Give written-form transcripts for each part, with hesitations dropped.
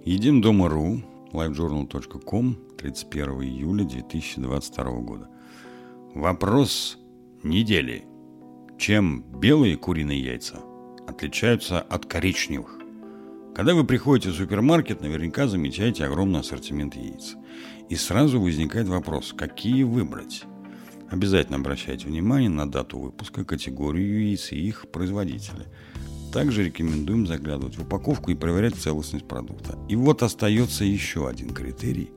Едим дома.ру, livejournal.com, 31 июля 2022 года. Вопрос недели. Чем белые куриные яйца отличаются от коричневых? Когда вы приходите в супермаркет, наверняка замечаете огромный ассортимент яиц. И сразу возникает вопрос, какие выбрать? Обязательно обращайте внимание на дату выпуска, категорию яиц и их производителя. Также рекомендуем заглядывать в упаковку и проверять целостность продукта. И вот остается еще один критерий,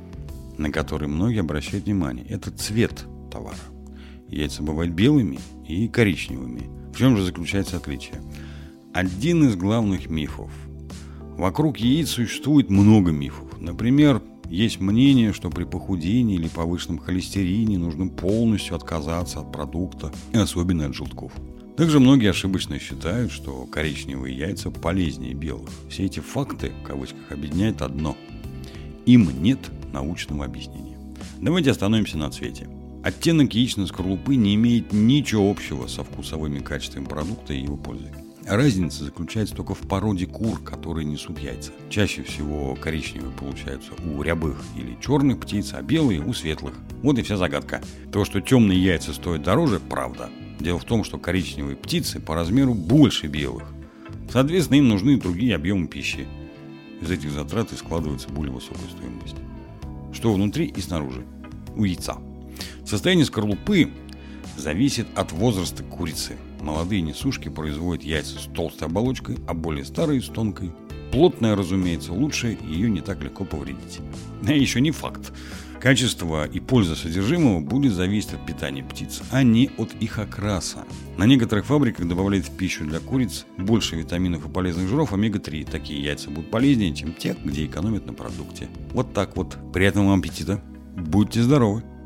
на который многие обращают внимание. Это цвет товара. Яйца бывают белыми и коричневыми. В чем же заключается отличие? Один из главных мифов. Вокруг яиц существует много мифов. Например, есть мнение, что при похудении или повышенном холестерине нужно полностью отказаться от продукта, и особенно от желтков. Также многие ошибочно считают, что коричневые яйца полезнее белых. Все эти факты, в кавычках, объединяет одно. Им нет научного объяснения. Давайте остановимся на цвете. Оттенок яичной скорлупы не имеет ничего общего со вкусовыми качествами продукта и его пользой. Разница заключается только в породе кур, которые несут яйца. Чаще всего коричневые получаются у рябых или черных птиц, а белые у светлых. Вот и вся загадка. То, что темные яйца стоят дороже, правда. Дело в том, что коричневые птицы по размеру больше белых. Соответственно, им нужны другие объемы пищи. Из этих затрат и складывается более высокая стоимость. Что внутри и снаружи у яйца. Состояние скорлупы зависит от возраста курицы. Молодые несушки производят яйца с толстой оболочкой, а более старые с тонкой. Плотная, разумеется, лучше, ее не так легко повредить. А еще не факт. Качество и польза содержимого будет зависеть от питания птиц, а не от их окраса. На некоторых фабриках добавляют в пищу для куриц больше витаминов и полезных жиров омега-3. Такие яйца будут полезнее, чем те, где экономят на продукте. Вот так вот. Приятного вам аппетита. Будьте здоровы!